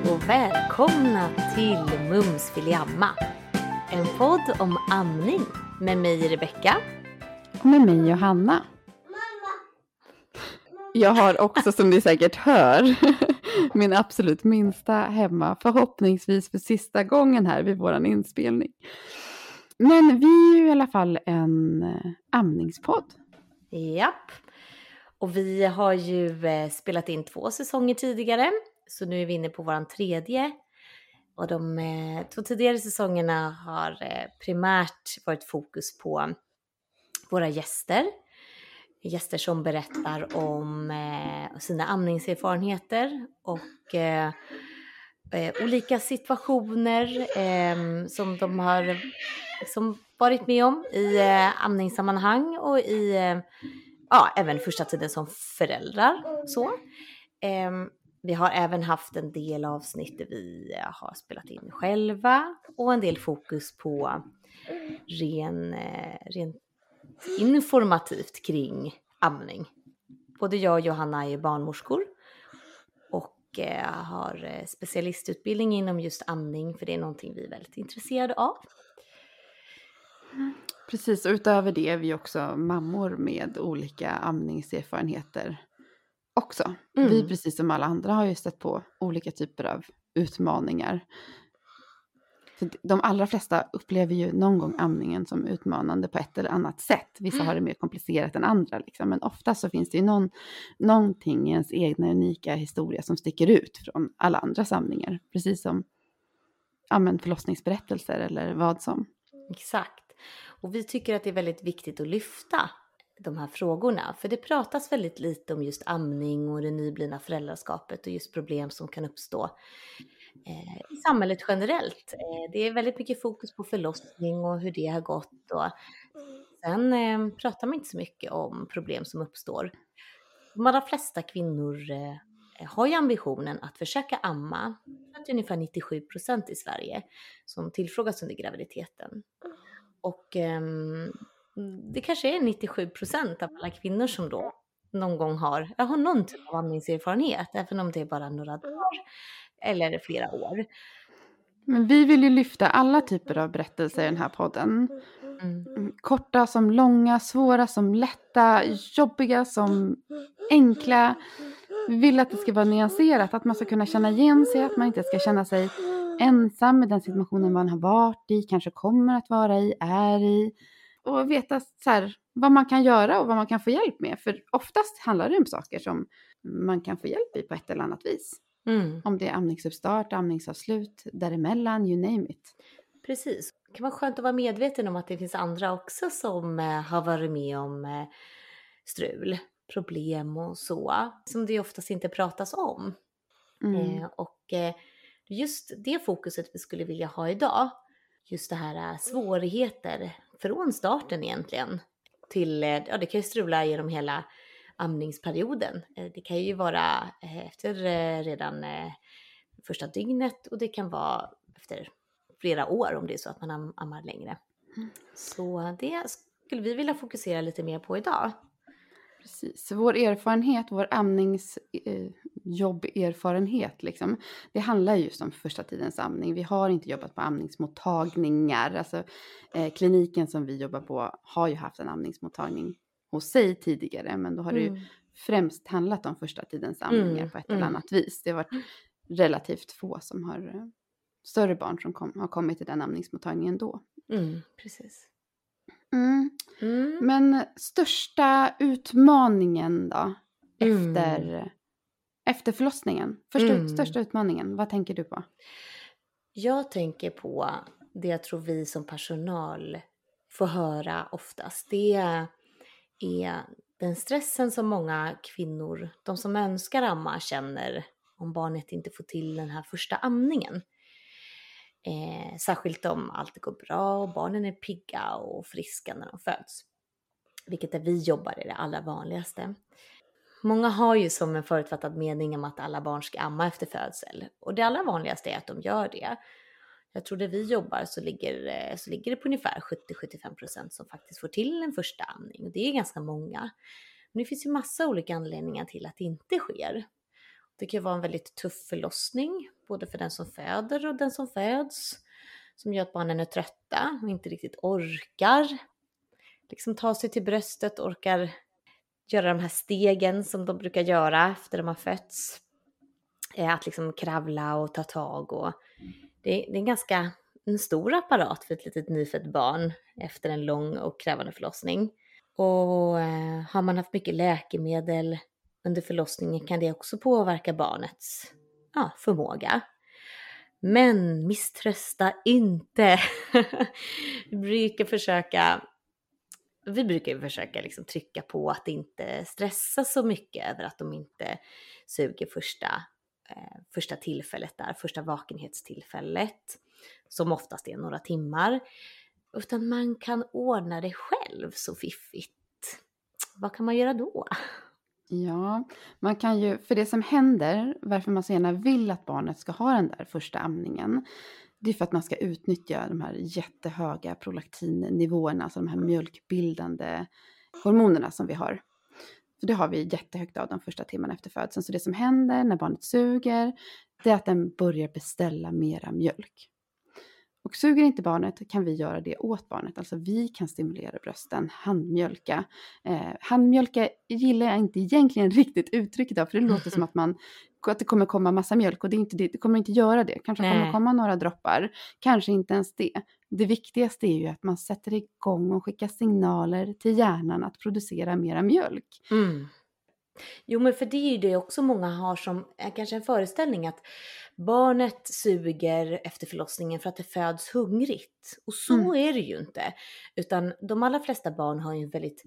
och välkomna till Mums Filiamma. En podd om amning med mig Rebecka. Och med mig Johanna. Jag har också, som ni säkert hör, min absolut minsta hemma. Förhoppningsvis för sista gången här vid våran inspelning. Men vi är ju i alla fall en amningspodd. Japp. Och vi har ju spelat in 2 säsonger tidigare. Så nu är vi inne på våran 3:e. Och de 2 tidigare säsongerna har primärt varit fokus på våra gäster. Gäster som berättar om sina amningserfarenheter och olika situationer som de har varit med om i amningssammanhang och i även första tiden som föräldrar. Så. Vi har även haft en del avsnitt där vi har spelat in själva och en del fokus på ren informativt kring amning. Både jag och Johanna är barnmorskor och har specialistutbildning inom just amning, för det är någonting vi är väldigt intresserade av. Precis, och utöver det är vi också mammor med olika amningserfarenheter också. Vi, precis som alla andra, har ju stött på olika typer av utmaningar. För de allra flesta upplever ju någon gång amningen som utmanande på ett eller annat sätt. Vissa har det mer komplicerat än andra. Liksom. Men ofta så finns det ju någonting i ens egna unika historia som sticker ut från alla andra amningar. Precis som förlossningsberättelser eller vad som. Exakt. Och vi tycker att det är väldigt viktigt att lyfta de här frågorna. För det pratas väldigt lite om just amning och det nyblivna föräldraskapet och just problem som kan uppstå i samhället generellt. Det är väldigt mycket fokus på förlossning och hur det har gått. Och sen pratar man inte så mycket om problem som uppstår. De allra flesta kvinnor har ju ambitionen att försöka amma. Det är ungefär 97% i Sverige som tillfrågas under graviditeten. Och det kanske är 97% av alla kvinnor som då någon gång har någon typ av amningserfarenhet, även om det är bara några dagar eller flera år. Men vi vill ju lyfta alla typer av berättelser i den här podden. Korta som långa, svåra som lätta, jobbiga som enkla. Vi vill att det ska vara nyanserat, att man ska kunna känna igen sig, att man inte ska känna sig ensam i den situationen man har varit i, kanske kommer att vara i, är i. Och veta så här, vad man kan göra och vad man kan få hjälp med. För oftast handlar det om saker som man kan få hjälp i på ett eller annat vis. Om det är amningsuppstart, amningsavslut, däremellan, you name it. Precis. Det kan vara skönt att vara medveten om att det finns andra också som har varit med om strul, problem och så. Som det oftast inte pratas om. Och just det fokuset vi skulle vilja ha idag. Just det här svårigheter från starten egentligen. Till, det kan ju strula genom hela amningsperioden. Det kan ju vara efter redan första dygnet och det kan vara efter flera år om det är så att man ammar längre. Så det skulle vi vilja fokusera lite mer på idag. Precis, vår erfarenhet, vår amningsjobberfarenhet liksom, det handlar just om första tidens amning. Vi har inte jobbat på amningsmottagningar. Alltså, kliniken som vi jobbar på har ju haft en amningsmottagning hos sig tidigare, men då har det ju främst handlat om första tidens amningar på ett eller annat vis. Det har varit relativt få som har större barn som har kommit till den amningsmottagningen då. Precis. Men största utmaningen då efter förlossningen? Största utmaningen, vad tänker du på? Jag tänker på det jag tror vi som personal får höra oftast. Det är den stressen som många kvinnor, de som önskar amma, känner om barnet inte får till den här första amningen. Särskilt om allt går bra och barnen är pigga och friska när de föds. Vilket där vi jobbar är det allra vanligaste. Många har ju som en förutfattad mening om att alla barn ska amma efter födsel. Och det allra vanligaste är att de gör det. Jag tror där vi jobbar så ligger det på ungefär 70-75% som faktiskt får till en första amning. Och det är ganska många. Men det finns ju massa olika anledningar till att det inte sker. Det kan vara en väldigt tuff förlossning, både för den som föder och den som föds, som gör att barnen är trötta och inte riktigt orkar liksom ta sig till bröstet, orkar göra de här stegen som de brukar göra efter de har fötts. Att liksom kravla och ta tag. Och det är en stor apparat för ett litet nyfött barn efter en lång och krävande förlossning. Och har man haft mycket läkemedel under förlossningen kan det också påverka barnets förmåga. Men misströsta inte. Vi brukar försöka liksom trycka på att inte stressa så mycket över att de inte suger första tillfället där, första vakenhetstillfället, som oftast är några timmar. Utan man kan ordna det själv så fiffigt. Vad kan man göra då? Ja, man kan ju, för det som händer, varför man så gärna vill att barnet ska ha den där första amningen, det är för att man ska utnyttja de här jättehöga prolaktinnivåerna, alltså de här mjölkbildande hormonerna som vi har. För det har vi jättehögt av de första timmarna efter födseln. Så det som händer när barnet suger, det är att den börjar beställa mera mjölk. Och suger inte barnet kan vi göra det åt barnet. Alltså vi kan stimulera brösten, handmjölka. Handmjölka gillar jag inte egentligen riktigt uttrycket av. För det låter som att det kommer komma massa mjölk. Och det kommer inte göra det. Kanske kommer komma några droppar. Kanske inte ens det. Det viktigaste är ju att man sätter igång och skickar signaler till hjärnan att producera mera mjölk. Mm. Jo, men för det är ju det också många har som kanske en föreställning att barnet suger efter förlossningen för att det föds hungrigt. Och så är det ju inte. Utan de allra flesta barn har ju en väldigt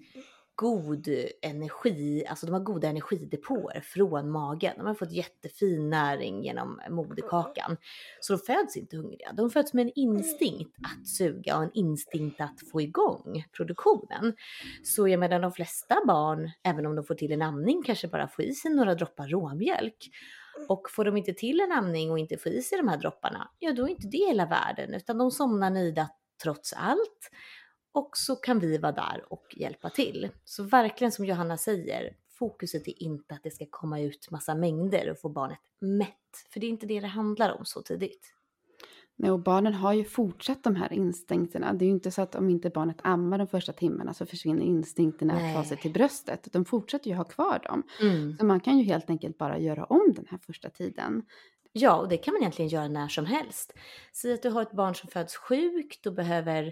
god energi, alltså de har goda energidepåer från magen. De har fått jättefin näring genom moderkakan. Så de föds inte hungriga. De föds med en instinkt att suga och en instinkt att få igång produktionen. Så jag menar de flesta barn, även om de får till en amning, kanske bara får i sig några droppar råmjölk. Och får de inte till en amning och inte får i sig de här dropparna, ja då är inte det hela världen, utan de somnar nöjda trots allt. Och så kan vi vara där och hjälpa till. Så verkligen som Johanna säger, fokuset är inte att det ska komma ut massa mängder och få barnet mätt. För det är inte det handlar om så tidigt. Nej, och barnen har ju fortsatt de här instinkterna. Det är ju inte så att om inte barnet ammar de första timmarna så försvinner instinkterna att ta sig till bröstet. De fortsätter ju ha kvar dem. Så man kan ju helt enkelt bara göra om den här första tiden. Ja, och det kan man egentligen göra när som helst. Säg att du har ett barn som föds sjukt och behöver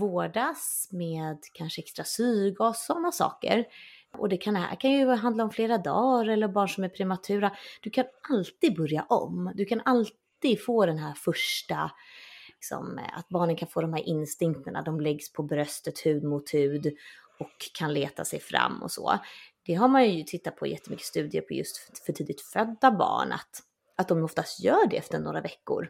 vårdas med kanske extra syrgas, sådana saker. Och det kan ju handla om flera dagar, eller barn som är prematura. Du kan alltid börja om. Du kan alltid få den här första, liksom, att barnen kan få de här instinkterna. De läggs på bröstet hud mot hud och kan leta sig fram och så. Det har man ju tittat på jättemycket studier på just för tidigt födda barn, att de oftast gör det efter några veckor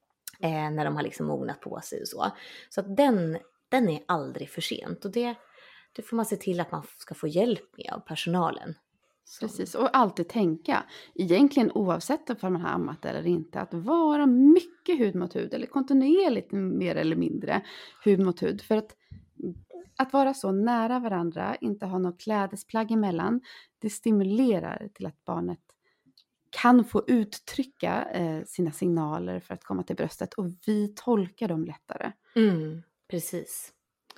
när de har liksom mognat på sig och så. Så att den är aldrig för sent, och det får man se till att man ska få hjälp med av personalen. Precis, och alltid tänka, egentligen oavsett om man har ammat eller inte, att vara mycket hud mot hud eller kontinuerligt mer eller mindre hud mot hud. För att vara så nära varandra, inte ha något klädesplagg emellan, det stimulerar till att barnet kan få uttrycka sina signaler för att komma till bröstet, och vi tolkar dem lättare. Precis.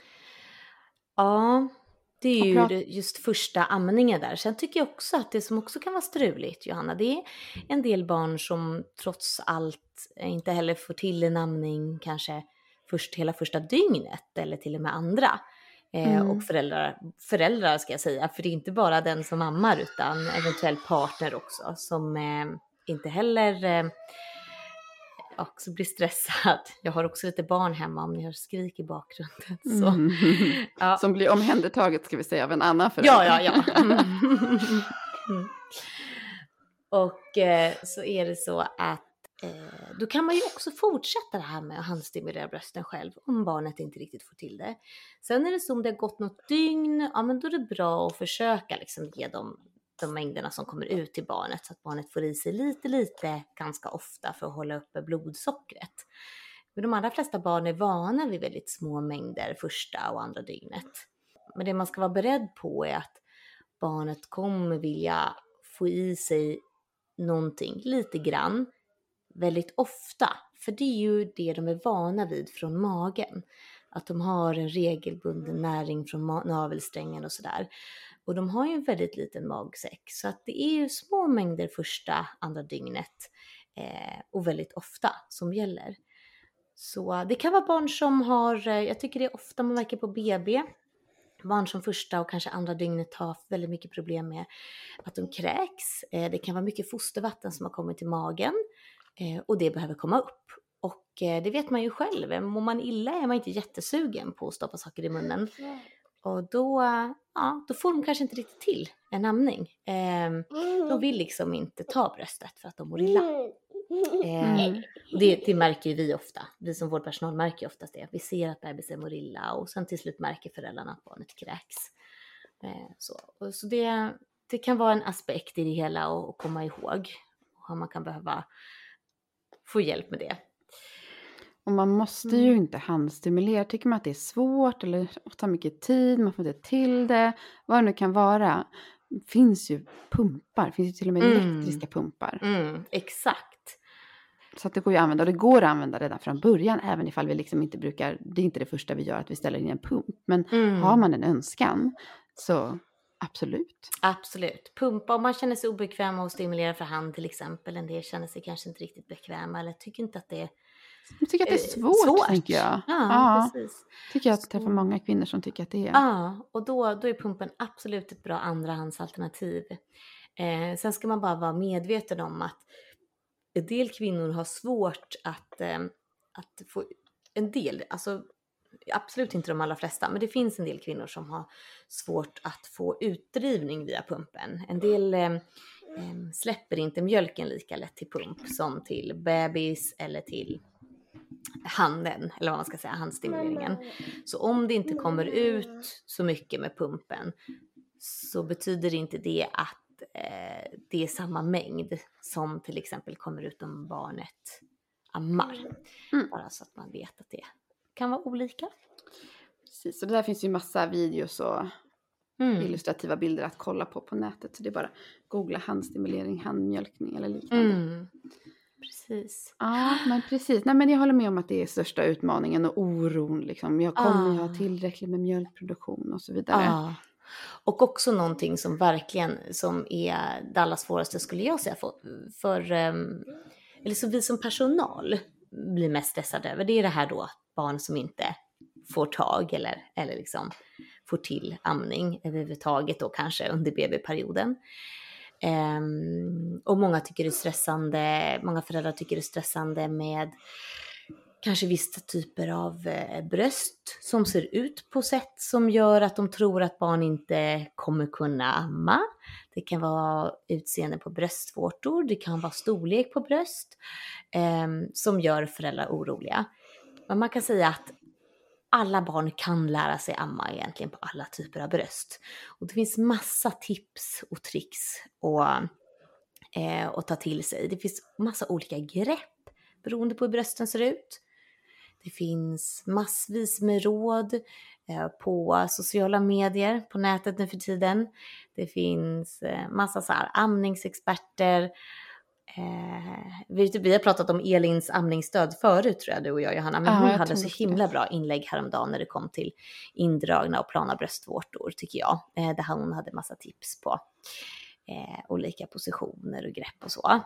Ja, det är ju just första amningen där. Sen tycker jag också att det som också kan vara struligt, Johanna, det är en del barn som trots allt inte heller får till en amning kanske hela första dygnet eller till och med andra. Och föräldrar ska jag säga, för det är inte bara den som ammar utan eventuellt partner också som inte heller också blir stressad. Jag har också lite barn hemma, om ni hör skrik i bakgrunden. Så. Ja. Som blir omhändertaget, ska vi säga, av en annan förälder. Ja. Och så är det så att då kan man ju också fortsätta det här med att handstimulera brösten själv om barnet inte riktigt får till det. Sen är det så, om det har gått något dygn, ja men då är det bra att försöka liksom ge dem de mängderna som kommer ut till barnet, så att barnet får i sig lite ganska ofta för att hålla uppe blodsockret. Men de allra flesta barn är vana vid väldigt små mängder första och andra dygnet. Men det man ska vara beredd på är att barnet kommer vilja få i sig någonting lite grann väldigt ofta. För det är ju det de är vana vid från magen. Att de har en regelbunden näring från navelsträngen och sådär. Och de har ju en väldigt liten magsäck. Så att det är ju små mängder första, andra dygnet. Och väldigt ofta som gäller. Så det kan vara barn som har, jag tycker det är ofta man märker på BB. Barn som första och kanske andra dygnet har väldigt mycket problem med att de kräks. Det kan vara mycket fostervatten som har kommit till magen. Och det behöver komma upp. Och det vet man ju själv. Mår man illa är man inte jättesugen på att stoppa saker i munnen. Och då får de kanske inte riktigt till en amning. De vill liksom inte ta bröstet för att de mår illa. Det märker ju vi ofta. Vi som vårdpersonal märker ju oftast det. Vi ser att bebisen mår illa och sen till slut märker föräldrarna att barnet kräks. Så det kan vara en aspekt i det hela att komma ihåg. Och man kan behöva få hjälp med det. Och man måste ju inte handstimulera. Tycker man att det är svårt eller tar mycket tid, man får inte till det, vad det nu kan vara. Det finns ju pumpar, det finns ju till och med elektriska pumpar. Exakt. Så att det går ju att använda, och det går att använda redan från början, även ifall vi liksom inte brukar, det är inte det första vi gör att vi ställer in en pump. Men har man en önskan så absolut. Absolut. Pumpa om man känner sig obekväm och stimulera för hand till exempel. En del känner sig kanske inte riktigt bekväma eller tycker inte att det är jag tycker att det är svårt. Tänker jag. Ja, precis. Tycker jag att träffar många kvinnor som tycker att det är. Ja, och då är pumpen absolut ett bra andrahandsalternativ. Sen ska man bara vara medveten om att en del kvinnor har svårt att få en del, alltså absolut inte de allra flesta, men det finns en del kvinnor som har svårt att få utdrivning via pumpen. En del släpper inte mjölken lika lätt till pump som till bebis eller till handen, eller vad man ska säga, handstimuleringen. Så om det inte kommer ut så mycket med pumpen så betyder inte det att det är samma mängd som till exempel kommer ut om barnet ammar. Bara så att man vet att det kan vara olika. Precis, och det där finns ju massa videos och illustrativa bilder att kolla på nätet. Så det är bara googla handstimulering, handmjölkning eller liknande. Precis. Ja, men precis. Nej, men jag håller med om att det är största utmaningen och oron. Liksom. Jag kommer ha tillräckligt med mjölkproduktion och så vidare. Och också någonting som verkligen som är det allra svåraste skulle jag säga eller som vi som personal blir mest stressade över. Det är det här då barn som inte får tag eller liksom får till amning överhuvudtaget då kanske under BB-perioden. Och många tycker det är stressande, många föräldrar tycker det är stressande med kanske vissa typer av bröst som ser ut på sätt som gör att de tror att barn inte kommer kunna amma. Det kan vara utseende på bröstvårtor, det kan vara storlek på bröst som gör föräldrar oroliga. Men man kan säga att alla barn kan lära sig amma egentligen på alla typer av bröst. Och det finns massa tips och tricks att ta till sig. Det finns massa olika grepp beroende på hur brösten ser ut. Det finns massvis med råd på sociala medier, på nätet nu för tiden. Det finns massa så här amningsexperter. Vi har pratat om Elins amningsstöd förut tror jag, du och jag Johanna. Men hon hade så himla bra inlägg häromdagen när det kom till indragna och plana bröstvårtor tycker jag. Där hon hade massa tips på olika positioner och grepp och så.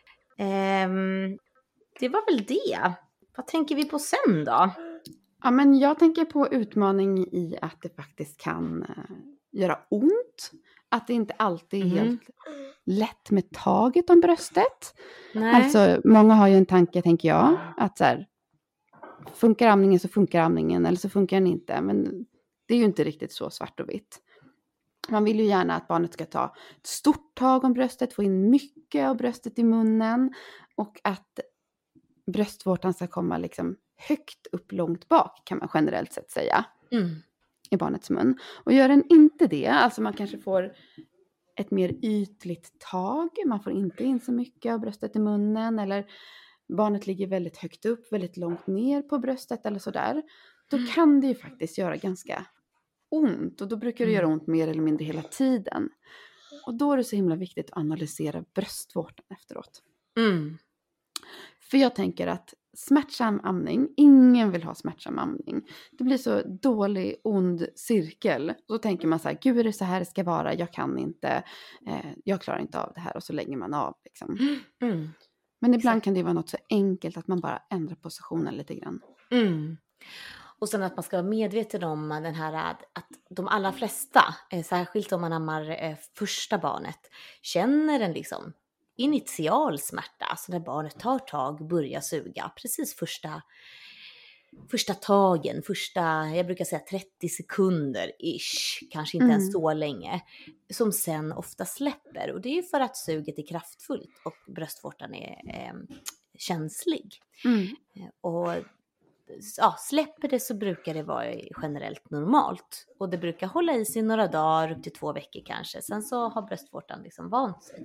Det var väl det. Vad tänker vi på sen då? Ja, men jag tänker på utmaning i att det faktiskt kan göra ont. Att det inte alltid är helt lätt med taget om bröstet. Nej. Alltså, många har ju en tanke, tänker jag, att så här, funkar amningen så funkar amningen, eller så funkar den inte. Men det är ju inte riktigt så svart och vitt. Man vill ju gärna att barnet ska ta ett stort tag om bröstet, få in mycket av bröstet i munnen och att bröstvårtan ska komma liksom högt upp, långt bak kan man generellt sett säga i barnets mun. Och gör den inte det, alltså man kanske får ett mer ytligt tag, man får inte in så mycket av bröstet i munnen eller barnet ligger väldigt högt upp, väldigt långt ner på bröstet eller sådär, då kan det ju faktiskt göra ganska ont och då brukar det göra ont mer eller mindre hela tiden. Och då är det så himla viktigt att analysera bröstvårtan efteråt. Mm. För jag tänker att smärtsam amning, ingen vill ha smärtsam amning. Det blir så dålig, ond cirkel. Då tänker man så här, gud är det så här det ska vara, jag kan inte, jag klarar inte av det här. Och så lägger man av liksom. Mm. Men ibland kan det vara något så enkelt att man bara ändrar positionen lite grann. Mm. Och sen att man ska vara medveten om den här att de allra flesta, särskilt om man ammar första barnet, känner en liksom initial smärta. Alltså när barnet tar tag, börjar suga. Precis första tagen, jag brukar säga 30 sekunder ish, kanske inte ens så länge, som sen ofta släpper. Och det är ju för att suget är kraftfullt och bröstvårtan är känslig. Och ja, släpper det så brukar det vara generellt normalt. Och det brukar hålla i sig några dagar, upp till 2 veckor kanske. Sen så har bröstvårtan liksom vant sig.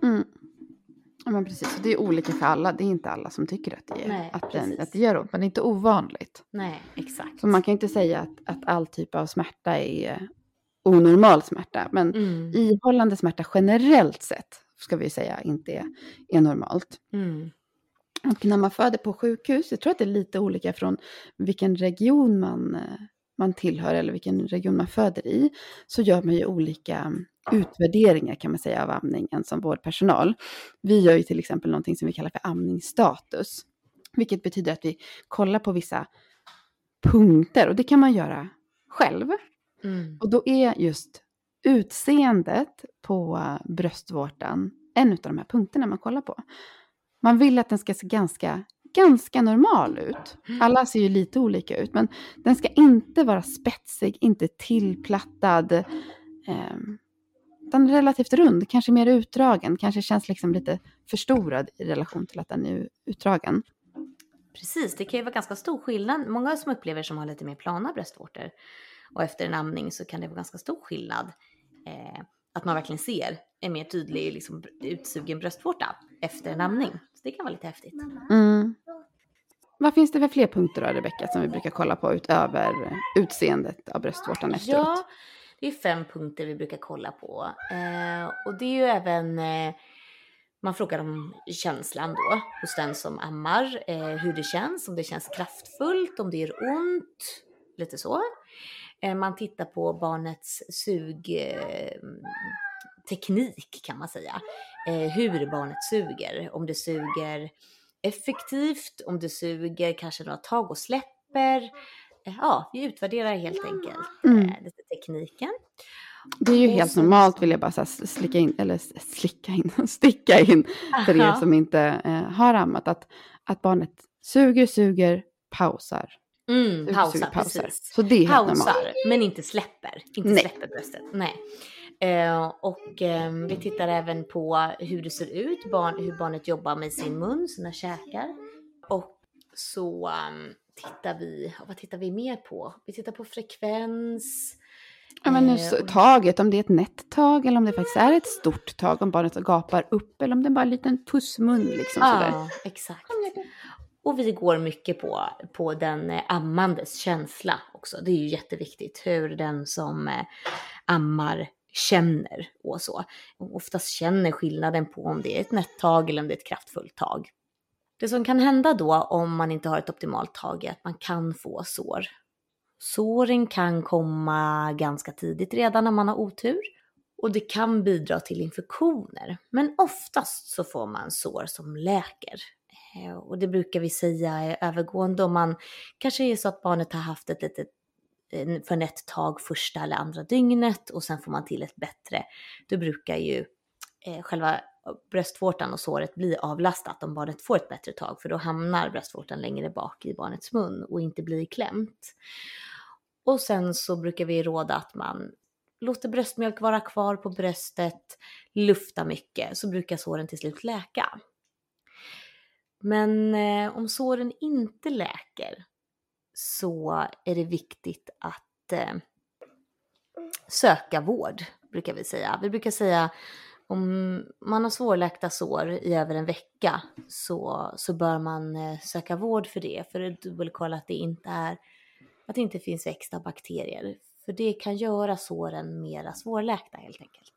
Ja, men precis. Det är olika för alla. Det är inte alla som tycker att det gör ont. Men det är inte ovanligt. Nej, exakt. Så man kan inte säga att all typ av smärta är onormal smärta. Men ihållande smärta generellt sett ska vi säga inte är normalt. Och när man föder på sjukhus, jag tror att det är lite olika från vilken region man tillhör eller vilken region man föder i, så gör man ju olika utvärderingar kan man säga av amningen som vårdpersonal. Vi gör ju till exempel någonting som vi kallar för amningsstatus, vilket betyder att vi kollar på vissa punkter och det kan man göra själv. Och då är just utseendet på bröstvårtan en av de här punkterna man kollar på. Man vill att den ska se ganska normal ut. Alla ser ju lite olika ut. Men den ska inte vara spetsig, inte tillplattad. Den är relativt rund, kanske mer utdragen. Kanske känns liksom lite förstorad i relation till att den är utdragen. Precis, det kan ju vara ganska stor skillnad. Många som upplever som har lite mer plana bröstvårtor. Och efter en amning så kan det vara ganska stor skillnad. Att man verkligen ser en mer tydlig liksom, utsugen bröstvårta efter en amning. Så det kan vara lite häftigt. Vad finns det för fler punkter då, Rebecka, som vi brukar kolla på utöver utseendet av bröstvårtan efteråt? Ja, det är 5 punkter vi brukar kolla på. Och det är ju även, man frågar om känslan då hos den som ammar. Hur det känns, om det känns kraftfullt, om det gör ont, lite så. Man tittar på barnets sugteknik kan man säga. Hur barnet suger. Om det suger effektivt, om det suger kanske några tag och släpper. Ja, vi utvärderar helt enkelt lite tekniken. Det är ju helt normalt, vill jag bara sticka in för er som inte har ammat. Att barnet suger, pausar. Pausar, precis. Så det är helt normalt. Men inte släpper. Släpper bröstet. Nej. Och vi tittar även på hur det ser ut. Hur barnet jobbar med sin mun, sina käkar. Och så vad tittar vi mer på? Vi tittar på frekvens. Ja, men nu taget, om det är ett nätt tag eller om det faktiskt är ett stort tag, om barnet gapar upp eller om det är bara en liten pussmun liksom sådär. Ja, exakt. Och vi går mycket på den ammandes känsla också. Det är ju jätteviktigt hur den som ammar känner och så. Och oftast känner skillnaden på om det är ett nätt tag eller om det är ett kraftfullt tag. Det som kan hända då om man inte har ett optimalt tag är att man kan få sår. Såren kan komma ganska tidigt redan när man har otur. Och det kan bidra till infektioner. Men oftast så får man sår som läker. Och det brukar vi säga är övergående om man kanske är så att barnet har haft ett litet för ett tag första eller andra dygnet och sen får man till ett bättre. Då brukar ju själva bröstvårtan och såret bli avlastat om barnet får ett bättre tag, för då hamnar bröstvårtan längre bak i barnets mun och inte blir klämt. Och sen så brukar vi råda att man låter bröstmjölk vara kvar på bröstet, lufta mycket, så brukar såren till slut läka. Men om såren inte läker så är det viktigt att söka vård, brukar vi säga. Vi brukar säga om man har svårläkta sår i över en vecka så bör man söka vård för det. För att dubbelkolla att det inte finns växta bakterier. För det kan göra såren mera svårläkta helt enkelt.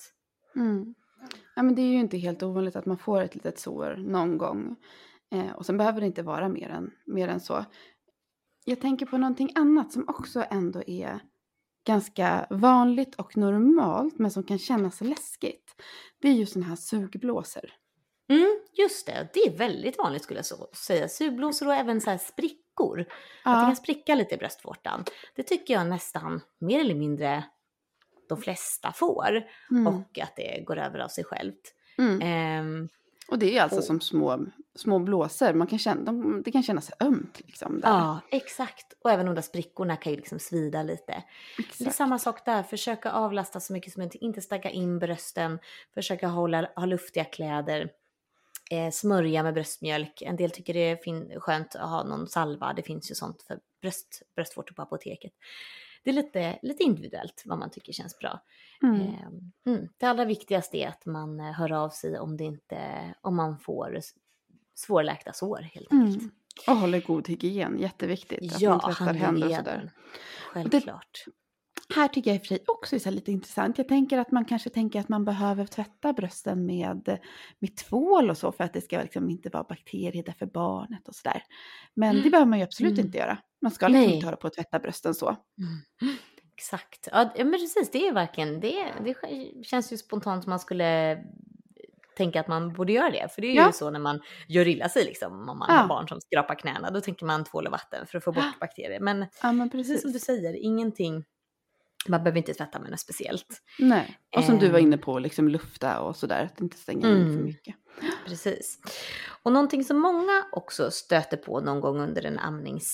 Ja, men det är ju inte helt ovanligt att man får ett litet sår någon gång. Och sen behöver det inte vara mer än så. Jag tänker på någonting annat som också ändå är ganska vanligt och normalt, men som kan kännas läskigt. Det är ju sådana här sugblåsor. Just det, det är väldigt vanligt skulle jag säga. Sugblåsor och även så här sprickor. Att det kan spricka lite i bröstvårtan. Det tycker jag nästan mer eller mindre de flesta får. Och att det går över av sig självt. Och det är alltså som små blåsor. Man kan känna, det kan kännas ömt liksom där. Ja, exakt. Och även de där sprickorna kan ju liksom svida lite. Exakt. Det är samma sak där. Försöka avlasta så mycket som möjligt. Inte stagga in brösten. Försöka ha luftiga kläder. Smörja med bröstmjölk. En del tycker det är skönt att ha någon salva. Det finns ju sånt för bröstvårtor på apoteket. Det är lite individuellt vad man tycker känns bra. Det allra viktigaste är att man hör av sig om man får svårläkta sår helt enkelt. Och håller god hygien, jätteviktigt. Att man tvättar händer och sådär. Självklart. Här tycker jag i och för sig också är så lite intressant. Jag tänker att man kanske tänker att man behöver tvätta brösten med tvål och så. För att det ska liksom inte vara bakterier där för barnet och sådär. Men det behöver man ju absolut inte göra. Man ska liksom inte höra på att tvätta brösten så. Exakt. Ja, men precis. Det är verkligen, det känns ju spontant som man skulle tänka att man borde göra det. För det är ju så när man gör illa sig liksom. Om man har barn som skrapar knäna. Då tänker man tvål och vatten för att få bort bakterier. Men precis som du säger, ingenting. Man behöver inte tvätta med något speciellt. Nej, och som du var inne på, liksom lufta och sådär. Att inte stänga in för mycket. Precis. Och någonting som många också stöter på någon gång under en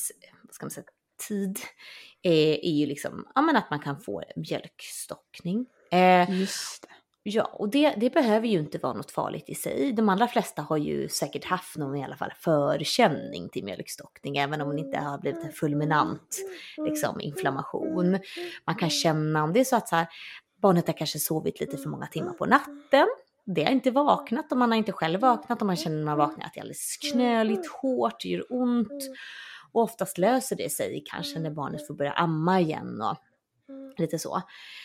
tid är ju liksom att man kan få mjölkstockning. Just det. Ja, och det behöver ju inte vara något farligt i sig. De allra flesta har ju säkert haft någon i alla fall förkänning till mjölkstockning. Även om det inte har blivit en fulminant inflammation. Man kan känna om det är så att barnet har kanske sovit lite för många timmar på natten. Det har inte vaknat och man har inte själv vaknat. Och man känner när man vaknar att det är alldeles knöligt, hårt, det gör ont. Och oftast löser det sig kanske när barnet får börja amma igen och lite så.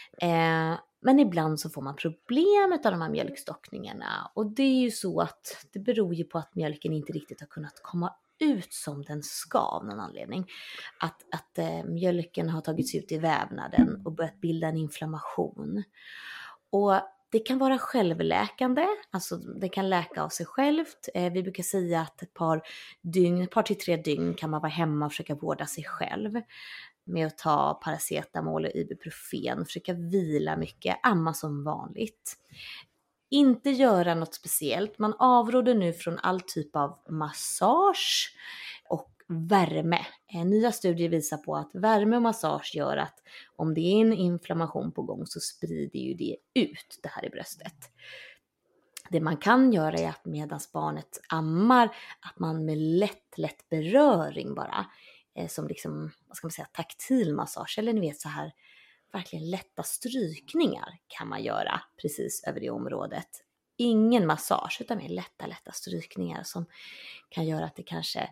Men ibland så får man problem av de här mjölkstockningarna. Och det är ju så att det beror ju på att mjölken inte riktigt har kunnat komma ut som den ska av någon anledning. Att mjölken har tagits ut i vävnaden och börjat bilda en inflammation. Och det kan vara självläkande, alltså det kan läka av sig självt. Vi brukar säga att ett par till 3 dygn kan man vara hemma och försöka vårda sig själv. Med att ta paracetamol och ibuprofen, försöka vila mycket, amma som vanligt. Inte göra något speciellt. Man avråder nu från all typ av massage och värme. Nya studier visar på att värme och massage gör att om det är en inflammation på gång så sprider ju det ut det här i bröstet. Det man kan göra är att medan barnet ammar, att man med lätt beröring bara, som liksom, vad ska man säga, taktil massage, eller ni vet så här verkligen lätta strykningar kan man göra precis över det området. Ingen massage utan mer lätta strykningar som kan göra att det kanske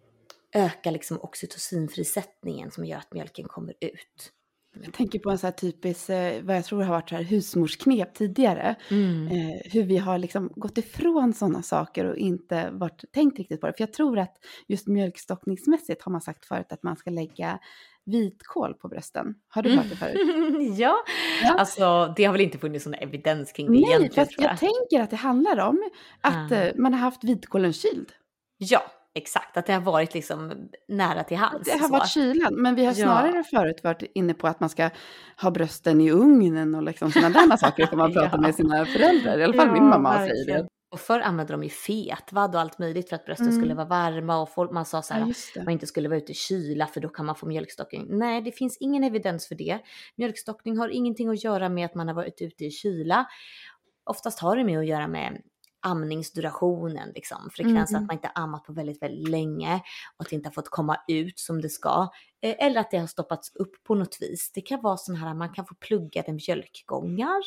ökar liksom oxytocinfrisättningen som gör att mjölken kommer ut. Jag tänker på en så här typisk, vad jag tror har varit så här husmorsknep tidigare. Hur vi har liksom gått ifrån sådana saker och inte varit tänkt riktigt på det. För jag tror att just mjölkstockningsmässigt har man sagt förut att man ska lägga vitkål på brösten. Har du hört det förut? Ja, alltså det har väl inte funnits någon evidens kring det egentligen. Nej, fast jag tänker att det handlar om att man har haft vitkålen kyld. Ja. Exakt, att det har varit liksom nära till hands. Det har varit kylan, men vi har snarare förut varit inne på att man ska ha brösten i ugnen och liksom sådana där saker som man pratar med sina föräldrar. I alla fall min mamma säger det. Och förr använde de ju fetvadd och allt möjligt för att brösten skulle vara varma. Och man sa så här att man inte skulle vara ute i kyla för då kan man få mjölkstockning. Nej, det finns ingen evidens för det. Mjölkstockning har ingenting att göra med att man har varit ute i kyla. Oftast har det med att göra med amningsdurationen, liksom, frekvensen att man inte ammat på väldigt, väldigt länge och att det inte har fått komma ut som det ska, eller att det har stoppats upp på något vis. Det kan vara sån här, man kan få pluggade mjölkgångar,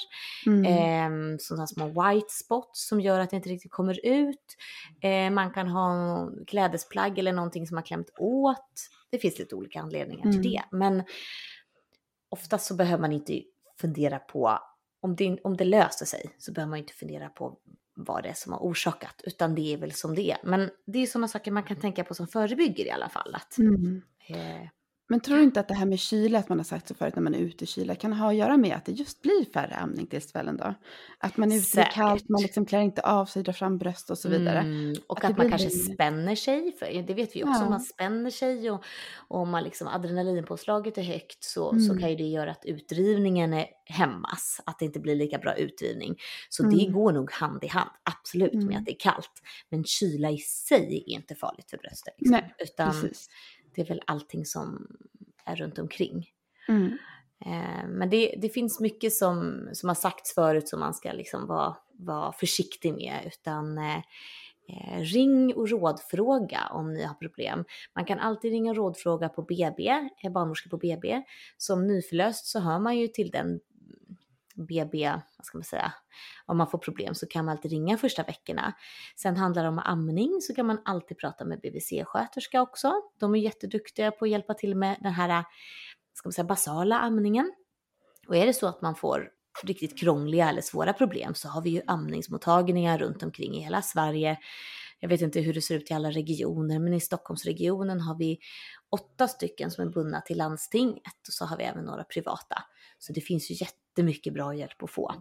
sådana små white spots som gör att det inte riktigt kommer ut. Man kan ha klädesplagg eller någonting som har klämt åt. Det finns lite olika anledningar till det, men oftast så behöver man inte fundera på om det löser sig så behöver man inte fundera på vad det är som har orsakat, utan det är väl som det är. Men det är sådana saker man kan tänka på som förebygger i alla fall. Att, Men tror du inte att det här med kyla, att man har sagt så förut när man är ute i kyla, kan ha att göra med att det just blir färre amningstillfällen då? Att man är ute i kallt, man liksom klär inte av sig, drar fram bröst och så vidare. Och att man kanske spänner sig, för det vet vi också, man spänner sig och om man liksom adrenalinpåslaget är högt så kan ju det göra att utdrivningen hämmas, att det inte blir lika bra utdrivning. Så det går nog hand i hand, absolut, med att det är kallt. Men kyla i sig är inte farligt för bröstet. Liksom. Nej, utan precis. det är väl allting som är runt omkring. Men det finns mycket som har sagts förut som man ska liksom vara försiktig med. Utan ring och rådfråga om ni har problem. Man kan alltid ringa och rådfråga på BB, barnmorska på BB. Som nyförlöst så hör man ju till den BB, vad ska man säga, om man får problem så kan man alltid ringa första veckorna. Sen handlar det om amning, så kan man alltid prata med BVC-sköterska också. De är jätteduktiga på att hjälpa till med den här, ska man säga, basala amningen. Och är det så att man får riktigt krångliga eller svåra problem så har vi ju amningsmottagningar runt omkring i hela Sverige. Jag vet inte hur det ser ut i alla regioner, men i Stockholmsregionen har vi 8 stycken som är bundna till landstinget och så har vi även några privata. Så det finns ju jättemycket bra hjälp att få.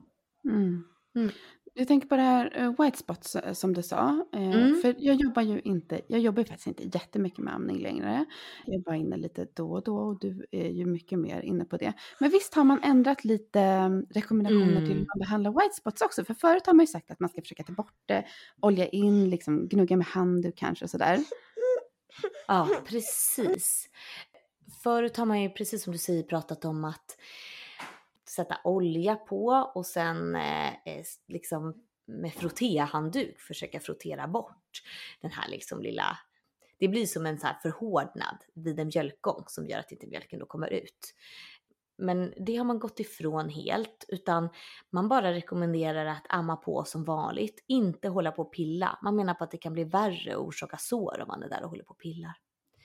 Jag tänker på det här white spots som du sa. För jag jobbar faktiskt inte jättemycket med amning längre. Jag är bara inne lite då och då och du är ju mycket mer inne på det. Men visst har man ändrat lite rekommendationer till hur man behandlar white spots också. För förut har man ju sagt att man ska försöka ta bort det, olja in, liksom gnugga med handduk kanske och sådär. Ja, precis. Förut har man ju, precis som du säger, pratat om att sätta olja på och sen liksom med frottéhandduk försöka frottera bort den här liksom lilla, det blir som en så här förhårdnad vid en mjölkgång som gör att inte mjölken då kommer ut. Men det har man gått ifrån helt, utan man bara rekommenderar att amma på som vanligt, inte hålla på och pilla. Man menar på att det kan bli värre och orsaka sår om man är där och håller på och pillar.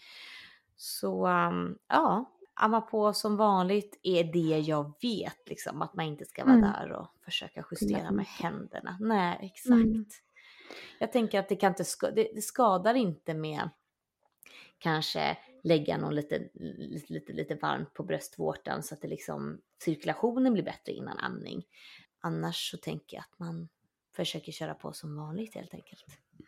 Så amma på som vanligt är det jag vet, liksom, att man inte ska vara där och försöka justera med händerna. Nej, exakt. Jag tänker att det kan inte det skadar inte med kanske lägga någon lite varmt på bröstvårtan så att det liksom cirkulationen blir bättre innan amning. Annars så tänker jag att man försöker köra på som vanligt helt enkelt.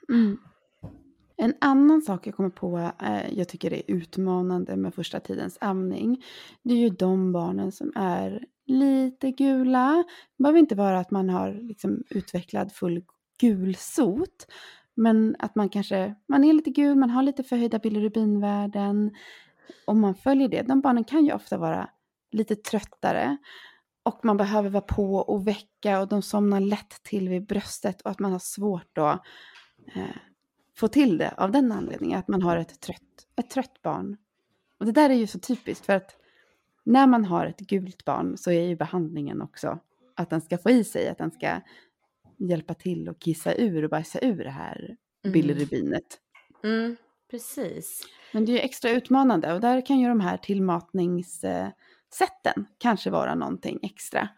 En annan sak jag kommer på, jag tycker det är utmanande med första tidens amning. Det är ju de barnen som är lite gula. Det behöver inte vara att man har liksom utvecklat full gulsot. Men att man är lite gul, man har lite förhöjda bilirubinvärden. Om man följer det, de barnen kan ju ofta vara lite tröttare. Och man behöver vara på och väcka och de somnar lätt till vid bröstet. Och att man har svårt att få till det av den anledningen att man har ett trött barn. Och det där är ju så typiskt, för att när man har ett gult barn så är ju behandlingen också att den ska få i sig, att den ska hjälpa till och kissa ur och bajsa ur det här bilirubinet. Precis. Men det är ju extra utmanande och där kan ju de här tillmatningssätten kanske vara någonting extra.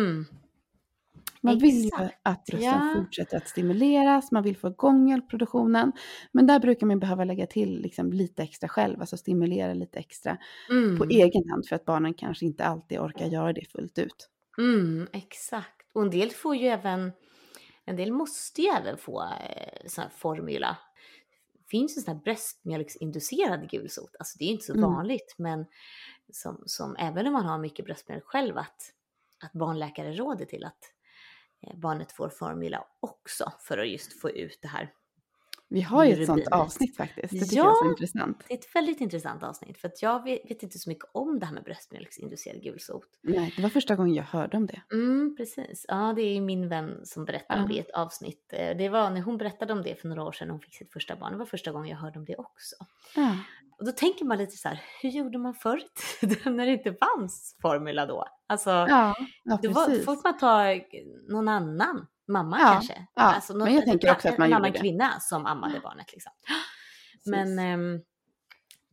Man vill ju att brösten fortsätter att stimuleras, man vill få igång mjölkproduktionen. Men där brukar man behöva lägga till liksom lite extra själv, alltså stimulera lite extra på egen hand för att barnen kanske inte alltid orkar göra det fullt ut. Exakt. Och en del måste ju även få sån här formula. Det finns ju sån här bröstmjölksinducerad gulsot. Alltså det är inte så vanligt, men som även om man har mycket bröstmjölk själv, att barnläkare råder till att barnet får formula också för att just få ut det här. Vi har ju ett sånt avsnitt faktiskt. Det tycker jag är så intressant. Det är ett väldigt intressant avsnitt. För att jag vet inte så mycket om det här med bröstmjölksinducerad gulsot. Nej, det var första gången jag hörde om det. Precis. Ja, det är min vän som berättade om det i ett avsnitt. Det var när hon berättade om det för några år sedan. Hon fick sitt första barn. Det var första gången jag hörde om det också. Och då tänker man lite så här, hur gjorde man förr i tiden när det inte fanns formula då? Alltså, då får man ta någon annan. Mamma kanske. Alltså, men jag tänker också att man en gjorde annan det. kvinna som ammade barnet liksom. Men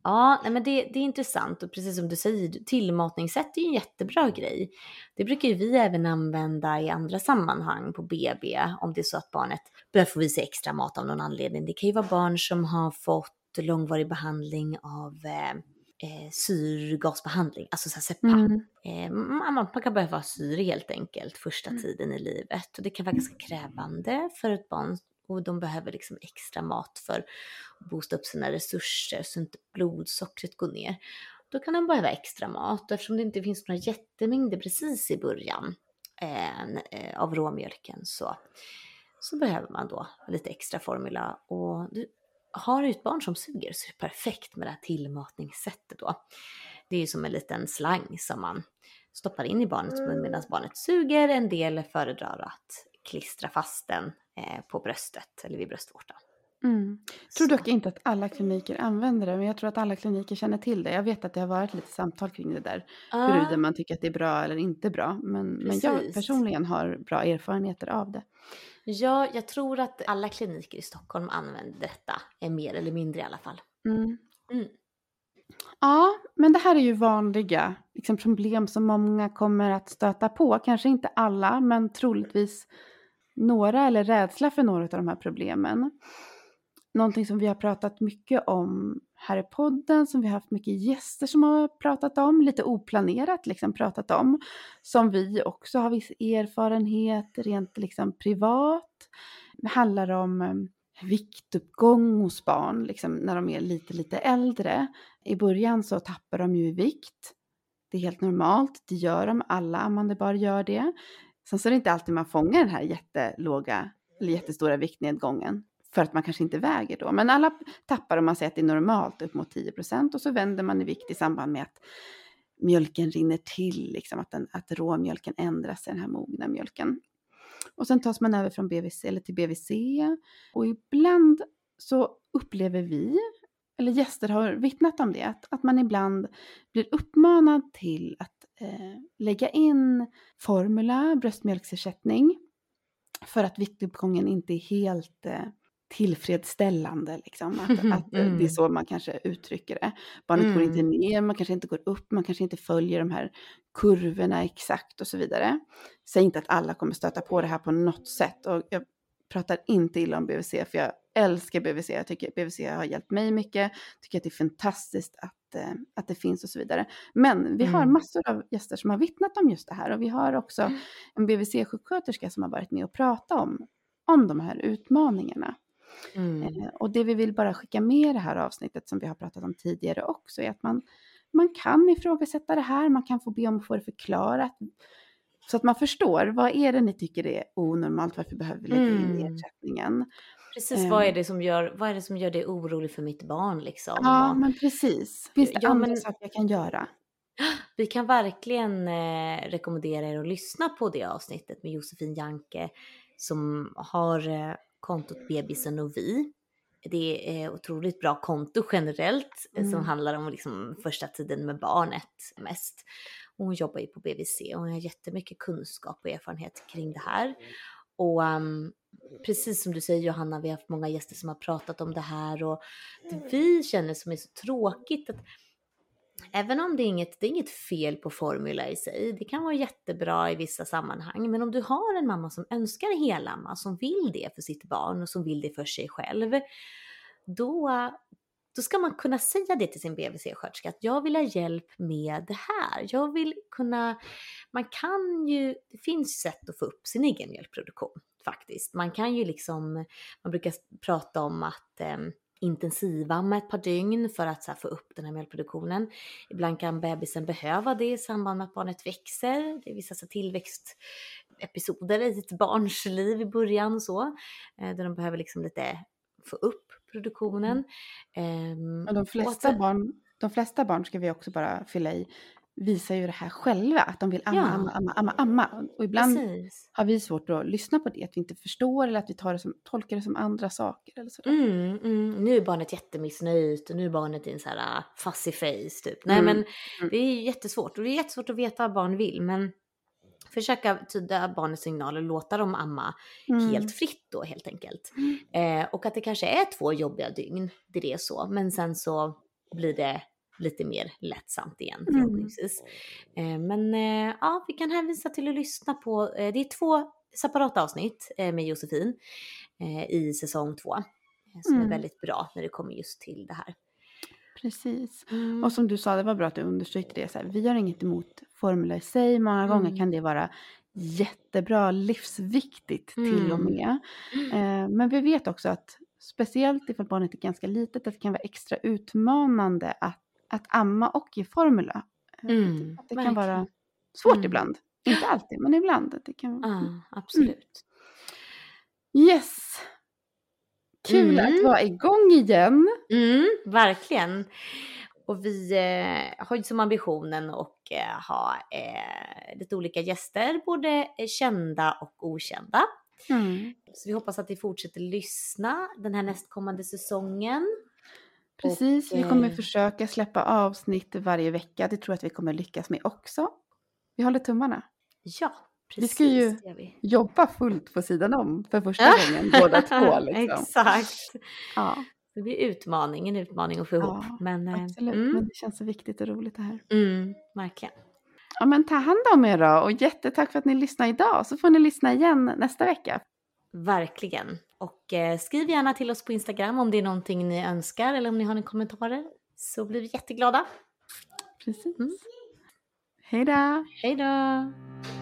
Ja, nej men det är intressant och precis som du säger, tillmatningssätt är ju en jättebra grej. Det brukar ju vi även använda i andra sammanhang på BB om det är så att barnet börjar få i sig extra mat av någon anledning. Det kan ju vara barn som har fått långvarig behandling av syrgasbehandling, alltså så här SEPA. Man kan behöva syre helt enkelt första tiden i livet och det kan vara ganska krävande för ett barn. Och de behöver liksom extra mat för att boosta upp sina resurser så inte blodsockret går ner. Då kan de behöva extra mat. Och eftersom det inte finns några jättemängder precis i början av råmjölken så behöver man då lite extra formula. Och du har du ett barn som suger så är det perfekt med det här tillmatningssättet då. Det är ju som en liten slang som man stoppar in i barnets mun medan barnet suger. En del föredrar att klistra fast den på bröstet eller vid bröstvårtan. Jag tror dock inte att alla kliniker använder det, men jag tror att alla kliniker känner till det. Jag vet att det har varit lite samtal kring det där, huruvida man tycker att det är bra eller inte bra. Men jag personligen har bra erfarenheter av det. Ja, jag tror att alla kliniker i Stockholm använder detta, mer eller mindre i alla fall. Ja, men det här är ju vanliga liksom, problem som många kommer att stöta på. Kanske inte alla, men troligtvis några eller rädsla för några av de här problemen. Någonting som vi har pratat mycket om här i podden, som vi har haft mycket gäster som har pratat om, lite oplanerat liksom pratat om, som vi också har viss erfarenhet rent liksom privat. Det handlar om viktuppgång hos barn liksom, när de är lite äldre. I början så tappar de ju i vikt. Det är helt normalt, det gör de, alla ammande barn gör det. Sen så är det inte alltid man fångar den här jättelåga eller jättestora viktnedgången. För att man kanske inte väger då. Men alla tappar om man säger att det är normalt upp mot 10%. Och så vänder man i vikt i samband med att mjölken rinner till. Liksom, att råmjölken ändras i den här mogna mjölken. Och sen tas man över från BVC eller till BVC. Och ibland så upplever vi, eller gäster har vittnat om det, att man ibland blir uppmanad till att lägga in formula, bröstmjölksersättning. För att viktuppgången inte är helt tillfredsställande. Liksom. Att det är så man kanske uttrycker det. Barnet går inte ner, man kanske inte går upp, man kanske inte följer de här kurvorna exakt och så vidare. Säg inte att alla kommer stöta på det här på något sätt. Och jag pratar inte illa om BVC för jag älskar BVC. Jag tycker BVC har hjälpt mig mycket. Tycker att det är fantastiskt att det finns och så vidare. Men vi har massor av gäster som har vittnat om just det här. Och vi har också en BVC-sjuksköterska som har varit med och pratat om de här utmaningarna. Och det vi vill bara skicka med i det här avsnittet som vi har pratat om tidigare också är att man kan ifrågasätta det här. Man kan få be om att få det förklarat. Så att man förstår, vad är det ni tycker är onormalt? Varför behöver vi lägga in ersättningen? Precis, vad är det som gör det orolig för mitt barn liksom? Ja, men precis. Finns det andra saker jag kan göra? Vi kan verkligen rekommendera er att lyssna på det avsnittet med Josefin Janke som har kontot Bebisen och vi. Det är otroligt bra konto generellt som handlar om liksom första tiden med barnet mest. Och hon jobbar ju på BVC och hon har jättemycket kunskap och erfarenhet kring det här. Och precis som du säger Johanna, vi har haft många gäster som har pratat om det här och det vi känner som är så tråkigt att även om det är inget fel på formula i sig, det kan vara jättebra i vissa sammanhang, men om du har en mamma som önskar helamma, som vill det för sitt barn och som vill det för sig själv, då ska man kunna säga det till sin BVC-sköterska att jag vill ha hjälp med det här. Jag vill kunna, det finns sätt att få upp sin egen mjölkproduktion faktiskt. Man brukar prata om att intensivamma ett par dygn för att så här, få upp den här mjölkproduktionen. Ibland kan bebisen behöva det i samband med att barnet växer. Det är vissa så tillväxtepisoder i ett barns liv i början så. Där de behöver liksom lite få upp produktionen. Och de flesta barn ska vi också bara fylla i visar ju det här själva, att de vill amma. Och ibland har vi svårt att lyssna på det, att vi inte förstår eller att vi tolkar det som andra saker. Eller sådär. Nu är barnet jättemissnöjt och nu är barnet i en så här fussy face typ. Nej men det är jättesvårt och det är jättesvårt att veta vad barn vill, men försöka tyda barnets signaler och låta dem amma helt fritt då helt enkelt. Och att det kanske är 2 jobbiga dygn, det är så, men sen så blir det lite mer lättsamt igen förhoppningsvis. Men ja, vi kan hänvisa till att lyssna på, det är 2 separata avsnitt med Josefin i säsong 2 som är väldigt bra när det kommer just till det här. Precis. Och som du sa, det var bra att du understrykte det. Så här, vi har inget emot formler i sig. Många gånger kan det vara jättebra, livsviktigt till och med. Men vi vet också att speciellt ifall barnet är ganska litet, att det kan vara extra utmanande att amma och ge formula. Att det kan vara svårt ibland. Inte alltid, men ibland. Det kan... absolut. Yes. Kul att vara igång igen. Verkligen. Och vi har ju som ambitionen att ha lite olika gäster, både kända och okända. Så vi hoppas att ni fortsätter lyssna den här nästkommande säsongen. Precis, vi kommer försöka släppa avsnitt varje vecka. Det tror jag att vi kommer lyckas med också. Vi håller tummarna. Ja, precis. Vi ska ju jobba fullt på sidan om för första gången, båda 2. Liksom. Exakt. Ja. Det blir en utmaning att få ihop. Ja, men, absolut, men det känns så viktigt och roligt det här. Verkligen. Ja, men ta hand om er då, och jättetack för att ni lyssnar idag. Så får ni lyssna igen nästa vecka. Verkligen. Och skriv gärna till oss på Instagram om det är någonting ni önskar eller om ni har några kommentarer. Så blir vi jätteglada. Precis. Hej då! Hej då!